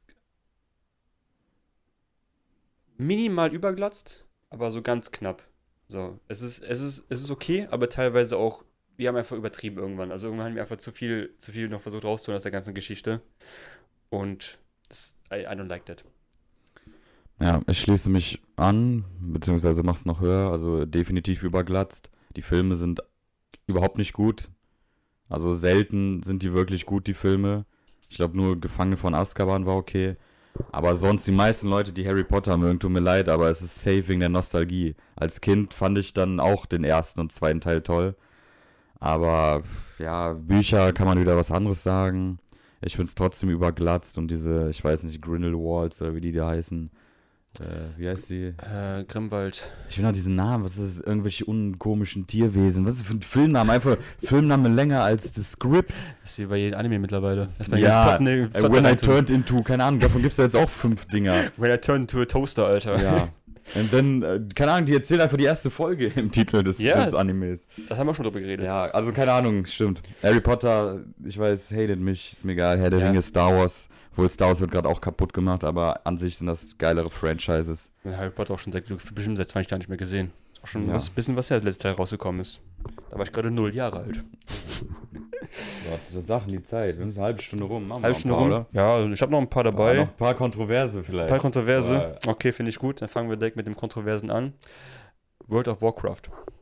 minimal überglatzt, aber so ganz knapp. So, es ist okay, aber teilweise auch, wir haben einfach übertrieben irgendwann. Also irgendwann haben wir einfach zu viel noch versucht rauszuholen aus der ganzen Geschichte. Und I don't like that. Ja, ich schließe mich an, beziehungsweise mach's noch höher. Also definitiv überglatzt. Die Filme sind überhaupt nicht gut. Also selten sind die wirklich gut, die Filme. Ich glaube nur Gefangene von Azkaban war okay. Aber sonst die meisten Leute, die Harry Potter mögen, tut mir leid, aber es ist safe wegen der Nostalgie. Als Kind fand ich dann auch den ersten und zweiten Teil toll. Aber ja, Bücher kann man wieder was anderes sagen. Ich finde es trotzdem überglatzt und diese, ich weiß nicht, Grindelwalds oder wie die da heißen. Wie heißt die? Grimwald. Ich will noch diesen Namen, was ist das? Irgendwelche unkomischen Tierwesen. Was ist das für ein Filmname? Einfach Filmname länger als das Skript. Das ist wie bei jedem Anime mittlerweile. When I Turned Into, keine Ahnung, davon gibt es ja jetzt auch 5 Dinger. When I Turned Into a Toaster, Alter. Ja. Und dann, keine Ahnung, die erzählen einfach die erste Folge im Titel des Animes. Das haben wir schon drüber geredet. Ja, also keine Ahnung, stimmt. Harry Potter, ich weiß, hatet mich, ist mir egal. Herr der Ringe, Star Wars. Obwohl Star Wars wird gerade auch kaputt gemacht, aber an sich sind das geilere Franchises. Ja, Harry Potter auch schon bestimmt seit 20 Jahren nicht mehr gesehen. Ist auch schon ein bisschen was her, das letzte Teil rausgekommen ist. Da war ich gerade 0 Jahre alt. So Sachen, die Zeit. Wir müssen eine halbe Stunde rum. Machen wir halbe Stunde rum? Oder? Ja, also ich habe noch ein paar dabei. Noch ein paar Kontroverse vielleicht. Ein paar Kontroverse? Okay, finde ich gut. Dann fangen wir direkt mit dem Kontroversen an. World of Warcraft.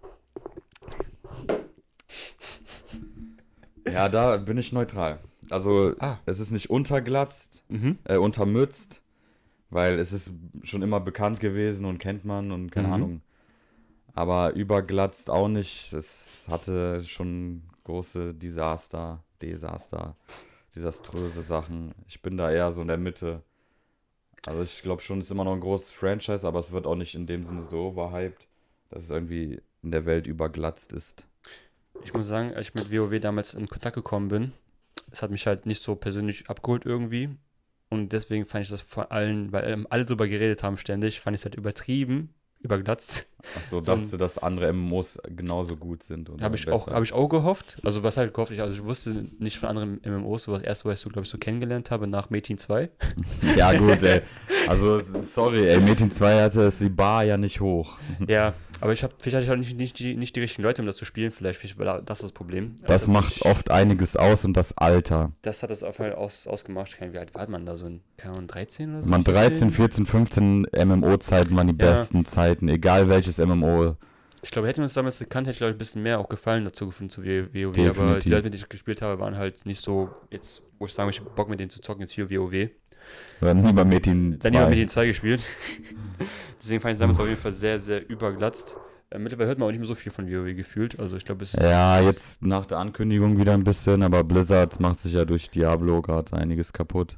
Ja, da bin ich neutral. Also, es ist nicht unterglatzt, untermützt, weil es ist schon immer bekannt gewesen und kennt man und keine Ahnung. Aber überglatzt auch nicht. Es hatte schon große desaströse Sachen. Ich bin da eher so in der Mitte. Also ich glaube schon, es ist immer noch ein großes Franchise, aber es wird auch nicht in dem Sinne so overhyped, dass es irgendwie in der Welt überglatzt ist. Ich muss sagen, als ich mit WoW damals in Kontakt gekommen bin, es hat mich halt nicht so persönlich abgeholt irgendwie. Und deswegen fand ich das vor allem, weil alle drüber geredet haben ständig, fand ich es halt übertrieben, überglatzt. Achso, dachtest du, dass andere MMOs genauso gut sind? Habe ich auch gehofft. Also was halt gehofft, ich wusste nicht von anderen MMOs, so das erste, was ich so, glaube ich, so kennengelernt habe, nach Metin 2. Ja gut, ey. Also sorry, ey, Metin 2 hatte die Bar ja nicht hoch. Ja, aber vielleicht hatte ich auch nicht die richtigen Leute, um das zu spielen, vielleicht war das das Problem. Das macht oft einiges aus und das Alter. Das hat das auf jeden Fall ausgemacht. Wie alt war man da so? Keine Ahnung, 13 oder so? Man 13, 14, 15 MMO-Zeiten waren die besten Zeiten, egal welches MMO. Ich glaube, hätten wir uns damals gekannt, hätte ich, glaube ich, ein bisschen mehr auch Gefallen dazu gefunden zu WoW. Definitiv. Aber die Leute, mit denen ich gespielt habe, waren halt nicht so, jetzt, wo ich sagen, ich habe Bock mit denen zu zocken, jetzt für WoW. Wir haben nie bei Metin 2. Dann lieber Metin 2 gespielt. Deswegen fand ich es damals auf jeden Fall sehr, sehr überglatzt. Mittlerweile hört man auch nicht mehr so viel von WoW gefühlt. Also ich glaube, es ist... Ja, jetzt nach der Ankündigung wieder ein bisschen, aber Blizzard macht sich ja durch Diablo gerade einiges kaputt.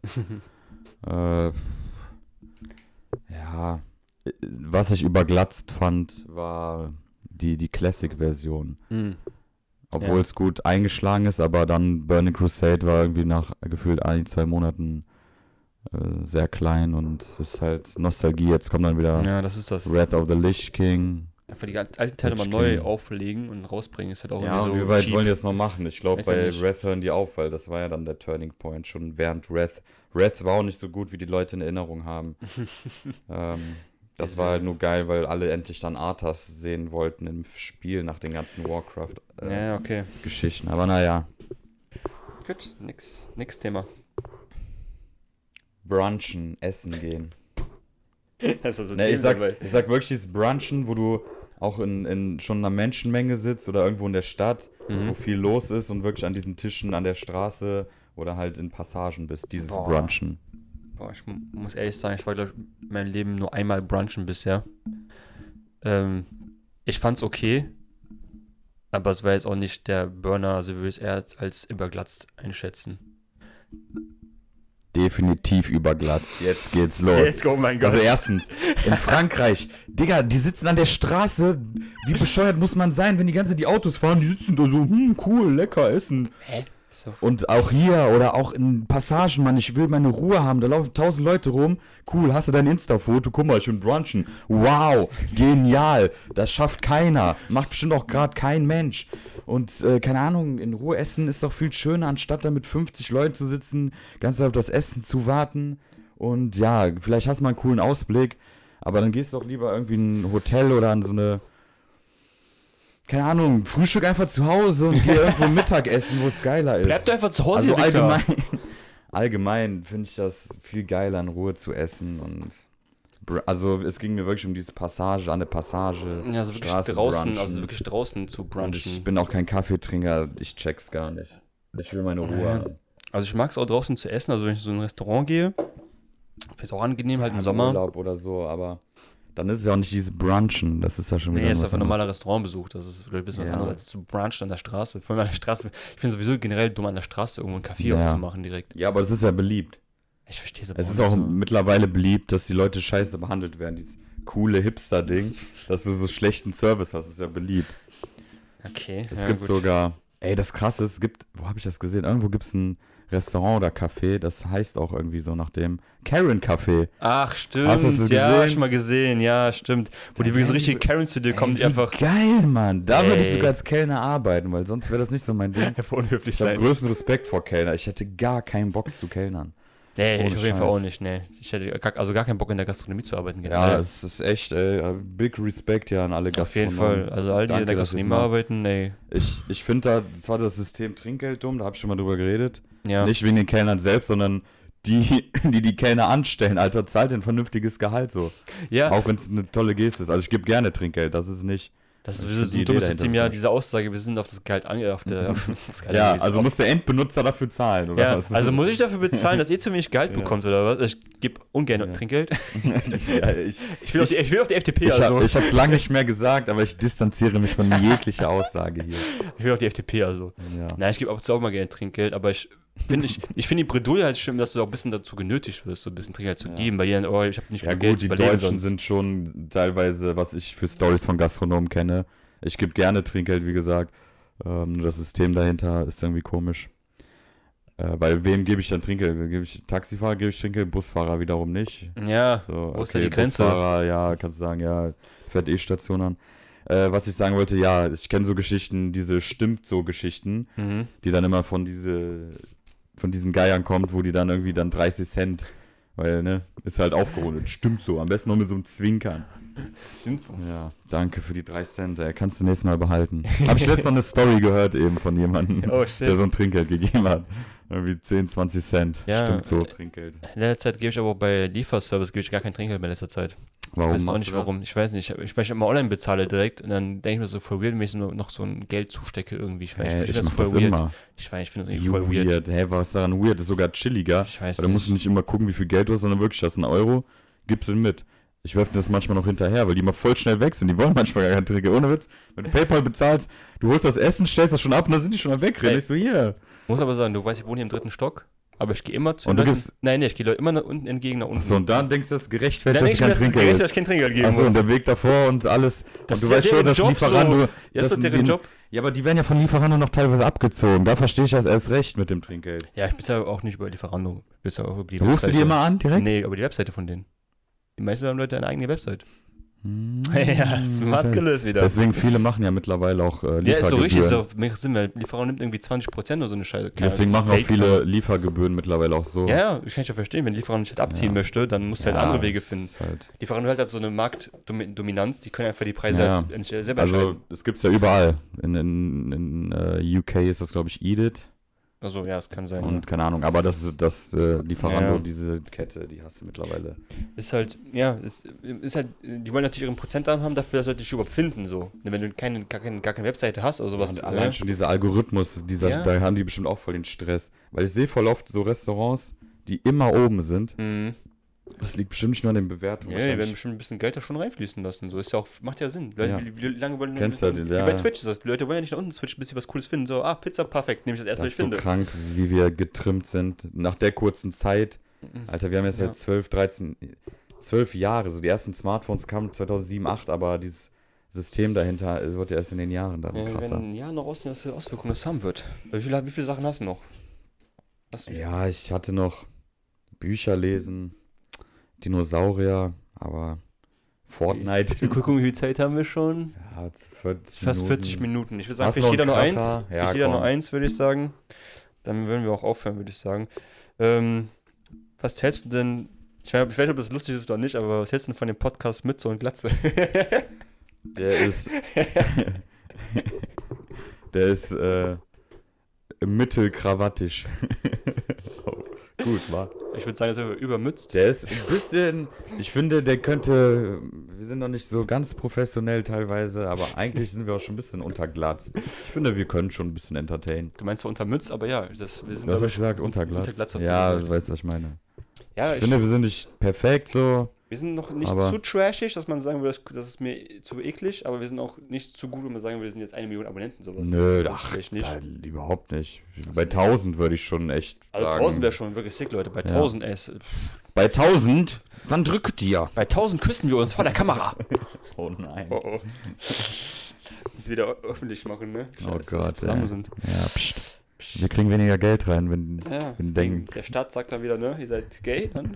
Ja, was ich überglatzt fand, war die Classic-Version. Obwohl es gut eingeschlagen ist, aber dann Burning Crusade war irgendwie nach gefühlt 1-2 Monaten sehr klein und es ist halt Nostalgie. Jetzt kommt dann wieder das ist das. Wrath of the Lich King. Einfach die alten Teile mal neu auflegen und rausbringen, ist halt auch irgendwie so. Ja, wie weit wollen die das noch machen? Ich glaube, bei Wrath hören die auf, weil das war ja dann der Turning Point, schon während Wrath. Wrath war auch nicht so gut, wie die Leute in Erinnerung haben. Das war halt nur geil, weil alle endlich dann Arthas sehen wollten im Spiel nach den ganzen Warcraft-Geschichten. Aber naja. Gut, nix Thema. Brunchen, essen gehen. Das ist ich sag wirklich dieses Brunchen, wo du auch in schon einer Menschenmenge sitzt oder irgendwo in der Stadt, wo viel los ist und wirklich an diesen Tischen an der Straße oder halt in Passagen bist. Dieses Brunchen. Boah, ich muss ehrlich sagen, ich war, glaube ich, mein Leben nur einmal brunchen bisher. Ich fand's okay, aber es war jetzt auch nicht der Burner, also würde ich es eher als überglatzt einschätzen. Definitiv überglatzt. Jetzt geht's los. Let's go, mein Gott. Also erstens, in Frankreich, Digga, die sitzen an der Straße. Wie bescheuert muss man sein, wenn die Autos fahren, die sitzen da so, cool, lecker, essen. Hä? So. Und auch hier oder auch in Passagen, Mann, ich will meine Ruhe haben, da laufen 1000 Leute rum. Cool, hast du dein Insta-Foto? Guck mal, ich bin brunchen. Wow, genial. Das schafft keiner. Macht bestimmt auch gerade kein Mensch. Und keine Ahnung, in Ruhe essen ist doch viel schöner, anstatt da mit 50 Leuten zu sitzen, ganz auf das Essen zu warten. Und ja, vielleicht hast du mal einen coolen Ausblick, aber dann gehst du doch lieber irgendwie in ein Hotel oder an so eine, keine Ahnung, Frühstück einfach zu Hause und geh irgendwo Mittagessen, wo es geiler ist. Bleib doch einfach zu Hause, also allgemein finde ich das viel geiler, in Ruhe zu essen und also es ging mir wirklich um diese Passage, an der Passage. Ja, also wirklich draußen, also wirklich draußen zu brunchen. Und ich bin auch kein Kaffeetrinker, ich check's gar nicht. Ich will meine Ruhe haben. Also ich mag es auch draußen zu essen, also wenn ich so in ein Restaurant gehe, finde ich es auch angenehm, halt im Sommer. Urlaub oder so, aber dann ist es ja auch nicht dieses Brunchen. Das ist ja schon wieder Nee, ist was einfach ein anderes. normaler Restaurantbesuch. Das ist vielleicht ein bisschen was Ja. anderes als zu brunchen an der Straße. Vor allem an der Straße. Ich finde sowieso generell dumm, an der Straße irgendwo einen Café Ja. aufzumachen direkt. Ja, aber es ist ja beliebt. Ich verstehe Es ist auch mittlerweile beliebt, dass die Leute scheiße behandelt werden. Dieses coole Hipster-Ding, dass du so schlechten Service hast, ist ja beliebt. Okay. Es ja, gibt gut. sogar, das Krasse ist, es gibt, wo habe ich das gesehen? Irgendwo gibt es ein Restaurant oder Café, das heißt auch irgendwie so nach dem Karen Café. Ach, stimmt. Hast du das Ja, gesehen? hab ich mal gesehen. Ja, stimmt. Wo die wirklich so richtige Karens zu dir kommen, die einfach Geil, Mann. Da würde ich Ey. sogar als Kellner arbeiten, weil sonst wäre das nicht so mein Ding. einfach unhöflich Ich habe sein. größten Respekt vor Kellner. Ich hätte gar keinen Bock zu kellnern. Nee, Ohne ich auf jeden Fall Scheiß. auch nicht. Nee. Ich hätte gar keinen Bock in der Gastronomie zu arbeiten. Ja, generell. es ist echt big Respekt ja an alle Auf jeden Gastronomen. Fall. Also all die in Danke, der dass ihr's Gastronomie machen. arbeiten, nee. Ich finde das war das System Trinkgeld dumm, da habe ich schon mal drüber geredet. Ja. Nicht wegen den Kellnern selbst, sondern die Kellner anstellen, Alter, zahlt ein vernünftiges Gehalt so. Ja, Auch wenn es eine tolle Geste ist. Also ich gebe gerne Trinkgeld, das ist nicht. das ist ich so find die ein Idee dummes dahinter System, so ja, gut. diese Aussage, wir sind auf das Gehalt auf das Gehalt Ja, angewiesen. also muss der Endbenutzer dafür zahlen, oder ja, was? also muss ich dafür bezahlen, dass ihr zu wenig Gehalt Ja. bekommt, oder was? Ich gebe ungern Ja. Trinkgeld. ja, Ich will auf die FDP, ich also. habe es lange nicht mehr gesagt, aber ich distanziere mich von jeglicher Aussage hier. Ich will auf die FDP, also. Ja. Nein, ich gebe ab und zu auch mal gerne Trinkgeld, aber ich finde die Bredouille halt schlimm, dass du auch ein bisschen dazu genötigt wirst, so ein bisschen Trinkgeld zu Ja. geben, weil die dann, oh, ich habe nicht Ja genug gut, Geld, die überleben Deutschen sonst. sind schon teilweise, was ich für Stories von Gastronomen kenne. Ich gebe gerne Trinkgeld, wie gesagt. Nur das System dahinter ist irgendwie komisch. Weil wem gebe ich dann Trinkgeld? Taxifahrer gebe ich Trinkgeld, Busfahrer wiederum nicht. Ja, So, wo ist da die Grenze? Busfahrer, ja, kannst du sagen, ja, fährt E-Station an. Was ich sagen wollte, ja, ich kenne so Geschichten, diese stimmt so Geschichten, Mhm. die dann immer von diesen Geiern kommt, wo die dann irgendwie dann 30 Cent, weil, ne, ist halt aufgerundet, stimmt so, am besten noch mit so einem Zwinkern. Stimmt. Ja, danke für die 3 Cent, kannst du nächstes Mal behalten. Habe ich letztens noch eine Story gehört eben von jemandem, Oh, shit. der so ein Trinkgeld gegeben hat. Irgendwie 10, 20 Cent, Ja, stimmt so, Trinkgeld. In letzter Zeit gebe ich aber auch bei Lieferservice gebe ich gar kein Trinkgeld mehr in letzter Zeit. Warum Ich weiß auch machst nicht du das? warum. Ich weiß nicht. Weil ich immer online bezahle direkt und dann denke ich mir so voll weird, wenn ich so noch so ein Geld zustecke irgendwie. Ich finde Ich das mach voll das weird. immer. Ich finde das irgendwie voll Weird. weird. Hä, was ist daran weird? Das ist sogar chilliger. Ich weiß Weil da musst du nicht. nicht immer gucken, wie viel Geld du hast, sondern wirklich hast einen Euro, gibst ihn mit. Ich werfe das manchmal noch hinterher, weil die immer voll schnell weg sind. Die wollen manchmal gar keinen Trinkgeld. Ohne Witz. Wenn du PayPal bezahlst, du holst das Essen, stellst das schon ab und dann sind die schon am Wegrennen. Ey. Ich so, hier. Muss aber sagen, du weißt, ich wohne hier im 3. Stock, aber ich gehe immer zu Und du Leuten. gibst- Nein, ich gehe Leuten immer nach unten entgegen, nach unten. Achso, und dann denkst du, das ist gerechtfertigt, dann dass denke ich ich mir, kein dass es gerecht ist, Trinkgeld dass ich kein Trinkgeld geben Achso, muss. und der Weg davor und alles. Das und ist du ja weißt schon, deren dass Job Lieferando. so. Ja, ist das doch deren Job. Ja, aber die werden ja von Lieferando noch teilweise abgezogen. Da verstehe ich das erst recht mit dem Trinkgeld. Ja, ich bezahle auch nicht über Lieferando. Ich bezahle auch über die Rufst du die immer an direkt? Nee, über die Webseite von denen. Die meisten haben Leute eine eigene Website. Hm, Ja, smart okay. gelöst wieder. Deswegen viele machen ja mittlerweile auch Liefergebühren. Ja, ist so richtig, ist auch mega Sinn, weil Lieferant nimmt irgendwie 20% oder so eine Scheiße. Keine Deswegen Ahnung, machen auch Fake, viele aber- Liefergebühren mittlerweile auch so. Ja, ich kann ich ja verstehen, wenn Lieferant nicht halt abziehen Ja. möchte, dann muss er halt Ja, andere Wege finden. ist Halt. Lieferant hat halt so eine Marktdominanz, die können einfach die Preise Ja. halt selber Also, entscheiden. das gibt's ja überall. In UK ist das, glaube ich, Eat It. Also, ja, es kann sein. Und keine Ahnung, aber das Lieferando, Ja. diese Kette, die hast du mittlerweile. Ist halt, ja, ist halt, die wollen natürlich ihren Prozentanteil haben dafür, dass Leute dich überhaupt finden, so. Wenn du gar keine Webseite hast oder sowas. Und allein schon dieser Algorithmus, Ja. da haben die bestimmt auch voll den Stress. Weil ich sehe voll oft so Restaurants, die immer oben sind. Mhm. Das liegt bestimmt nicht nur an den Bewertungen. Ja, die werden wahrscheinlich. bestimmt ein bisschen Geld da schon reinfließen lassen. So ist ja auch, macht ja Sinn. Leute, Ja. wie lange wollen Kennst du wie den, ja. bei Twitch ist das. Die Leute wollen ja nicht nach unten switchen, bis sie was Cooles finden. So, Pizza, perfekt, nehme ich das erste, Das was ich ist so finde. krank, wie wir getrimmt sind. Nach der kurzen Zeit. Mhm. Alter, wir haben jetzt Ja. seit 12 Jahre. So die ersten Smartphones kamen 2007, 2008, aber dieses System dahinter wird ja erst in den Jahren dann Ja, wir krasser. werden ja noch aussehen, was für Auswirkungen das haben wird. Wie viele Sachen hast du noch? Hast du Ja, ich hatte noch Bücher lesen, Dinosaurier, aber Fortnite. Wir gucken, wie viel Zeit haben wir schon? Ja, 40 Fast 40 Minuten. Ich würde sagen, Hast du vielleicht noch jeder einen nur eins. Kracher? Ja, Vielleicht jeder komm. nur eins, würde ich sagen. Dann würden wir auch aufhören, würde ich sagen. Was hältst du denn? Ich weiß nicht, ob das lustig ist oder nicht, aber was hältst du denn von dem Podcast Mütze und Glatze? Der ist. Der ist mittelkrawattisch. Oh, gut, war. Ich würde sagen, dass er übermützt. Der ist ein bisschen. Ich finde, der könnte. Wir sind noch nicht so ganz professionell teilweise, aber eigentlich sind wir auch schon ein bisschen unterglatzt. Ich finde, wir können schon ein bisschen entertainen. Du meinst zwar untermützt, aber ja, wir sind, Was glaub habe ich gesagt? Unterglatzt? Unterglatzt hast du Ja, gesagt. du weißt, was ich meine. Ja, Ich finde, wir sind nicht perfekt so. Wir sind noch nicht Aber- zu trashig, dass man sagen würde, das ist mir zu eklig, aber wir sind auch nicht zu gut, wenn man sagen würde, wir sind jetzt 1 Million Abonnenten, sowas. Nö, das vielleicht nicht. Überhaupt nicht. Bei 1000 würde ich schon echt Also sagen. 1000 wäre schon wirklich sick, Leute. Bei 1000, ey. Bei 1000? Dann drückt ihr. Bei 1000 küssen wir uns vor der Kamera. Oh nein. Oh. Das wieder öffentlich machen, ne? Oh Scheiße, dass wir Gott, zusammen ey. sind. Ja, pst. Wir kriegen weniger Geld rein, wenn Ja, denken. der Staat sagt dann wieder, ne, ihr seid gay, dann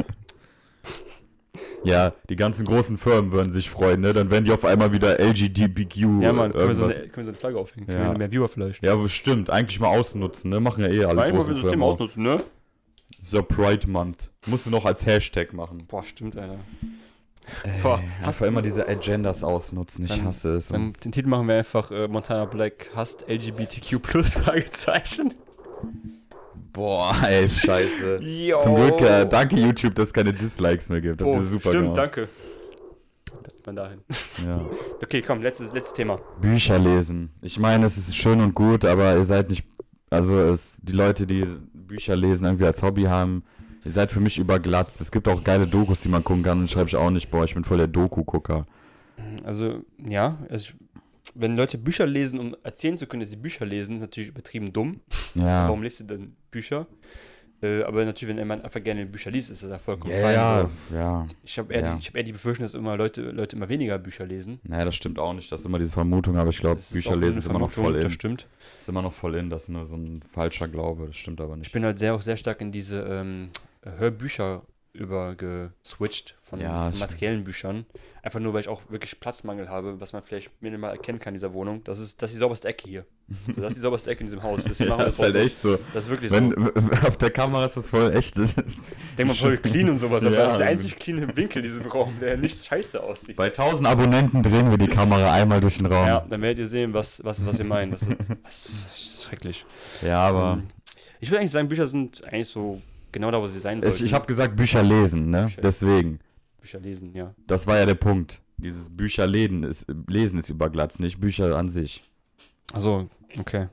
Ja, die ganzen großen Firmen würden sich freuen, ne? Dann werden die auf einmal wieder LGBTQ ja, Mann, können wir so irgendwas. eine Flagge aufhängen, Ja. können wir mehr Viewer vielleicht. Ja, aber stimmt, eigentlich mal ausnutzen, ne? Machen ja alle Nein, großen wir das System Firmen auch. ausnutzen, ne? So Pride Month. Musst du noch als Hashtag machen. Boah, stimmt, Alter. Boah, hast einfach immer diese Agendas ausnutzen, ich Dann- hasse es. Dann den Titel machen wir einfach Montana Black hasst LGBTQ+, Fragezeichen. Boah, ey, ist scheiße. Yo. Zum Glück, danke YouTube, dass es keine Dislikes mehr gibt. Habt ihr super stimmt, gemacht. danke. Dann dahin. Ja. Okay, komm, letztes Thema. Bücher lesen. Ich meine, es ist schön und gut, aber ihr seid nicht, also die Leute, die Bücher lesen, irgendwie als Hobby haben, ihr seid für mich überglatzt. Es gibt auch geile Dokus, die man gucken kann, und schreibe ich auch nicht, boah, ich bin voll der Doku-Gucker. Also, ja, wenn Leute Bücher lesen, um erzählen zu können, dass sie Bücher lesen, ist natürlich übertrieben dumm. Ja. Warum liest du denn Bücher? Aber natürlich, wenn jemand einfach gerne Bücher liest, ist das ja vollkommen Ja, fein. ja, So. ja. Ich habe eher die Befürchtung, dass immer Leute immer weniger Bücher lesen. Naja, das stimmt auch nicht. Das ist immer diese Vermutung, aber ich glaube, Das ist Bücher auch nur lesen eine ist immer noch Vermutung, voll Das in. stimmt. Ist immer noch voll in, das ist nur so ein falscher Glaube, das stimmt aber Ich nicht. bin halt auch sehr stark in diese Hörbücher übergeswitcht von materiellen Büchern. Einfach nur, weil ich auch wirklich Platzmangel habe, was man vielleicht minimal erkennen kann in dieser Wohnung. Das ist die sauberste Ecke hier. So, das ist die sauberste Ecke in diesem Haus. Deswegen machen wir das das ist halt auch so. echt so. Das ist wirklich Wenn, so. auf der Kamera ist das voll echt. Denkt man voll clean und sowas, aber Ja, das ist der einzige cleane Winkel in diesem Raum, der nicht scheiße aussieht. Bei 1000 Abonnenten drehen wir die Kamera einmal durch den Raum. Ja, dann werdet ihr sehen, was wir meinen. Das ist schrecklich. Ja, aber Ich würde eigentlich sagen, Bücher sind eigentlich so genau da, wo sie sein sollten. ich habe gesagt Bücher lesen, ne? Bücher. Deswegen. Bücher lesen, ja. Das war ja der Punkt. Dieses lesen ist überglatzt, nicht Bücher an sich. Also, okay.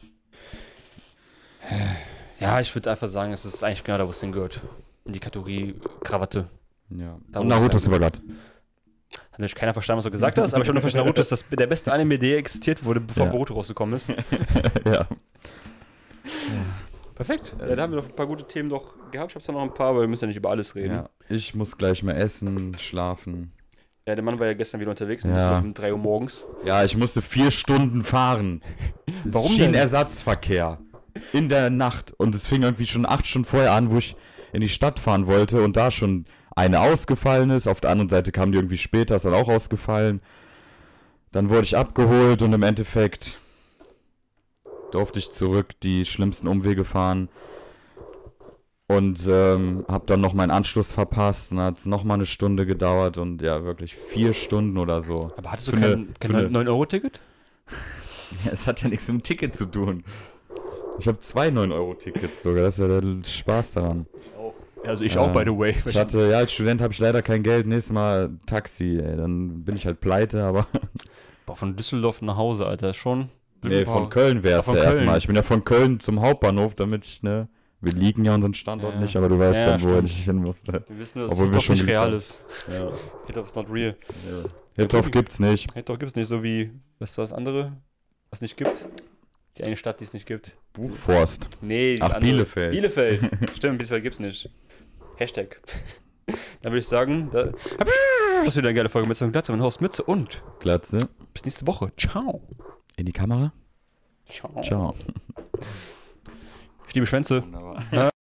Ja, ich würde einfach sagen, es ist eigentlich genau da, wo es hingehört. In die Kategorie Krawatte. Ja. Da Und muss Naruto es ist überglatzt. Hat natürlich keiner verstanden, was du gesagt hast, aber ich habe nur verstanden, Naruto ist der beste Anime, der existiert wurde, bevor Ja. Boruto rausgekommen ist. Ja. Perfekt. Ja, da haben wir noch ein paar gute Themen doch gehabt. Ich habe zwar noch ein paar, aber wir müssen ja nicht über alles reden. Ja. Ich muss gleich mal essen, schlafen. Ja, der Mann war ja gestern wieder unterwegs, Ja. um 3 Uhr morgens. Ja, ich musste 4 Stunden fahren. Warum denn? Schienenersatzverkehr. In der Nacht. Und es fing irgendwie schon 8 Stunden vorher an, wo ich in die Stadt fahren wollte und da schon eine ausgefallen ist. Auf der anderen Seite kam die irgendwie später, ist dann auch ausgefallen. Dann wurde ich abgeholt und im Endeffekt durfte ich zurück die schlimmsten Umwege fahren. Und habe dann noch meinen Anschluss verpasst und dann hat es nochmal eine Stunde gedauert und ja, wirklich 4 Stunden oder so. Aber hattest du Für eine- kein für eine- 9-Euro-Ticket? Ja, es hat ja nichts mit dem Ticket zu tun. Ich habe 2 9-Euro-Tickets sogar, das ist ja der Spaß daran. Also ich auch, by the way. Ich hatte, ja, als Student habe ich leider kein Geld, nächstes Mal Taxi, ey, dann bin ich halt pleite, aber... Boah, von Düsseldorf nach Hause, Alter, schon. Nee, von Köln wäre es von ja Köln. erstmal. Ich bin ja von Köln zum Hauptbahnhof, damit ich, ne... Wir liegen ja unseren Standort Ja. nicht, aber du weißt Ja, dann, wo stimmt. ich hin musste. Wir wissen, dass Obwohl wir Hitdorf schon nicht real gekommen. ist. Ja. Hitdorf is not real. Hitdorf gibt's nicht. Hitdorf gibt's nicht, so wie, weißt du, was andere, was nicht gibt? Die eine Stadt, die es nicht gibt. Buchforst. Nee, die Ach, andere. Bielefeld. Bielefeld. Stimmt, Bielefeld gibt's nicht. Hashtag. Dann würde ich sagen, das ist wieder eine geile Folge mit so einem Glatze, mit Horst Mütze und Glatze. bis nächste Woche. Ciao. In die Kamera. Ciao. Ciao. Ich liebe Schwänze. Wunderbar.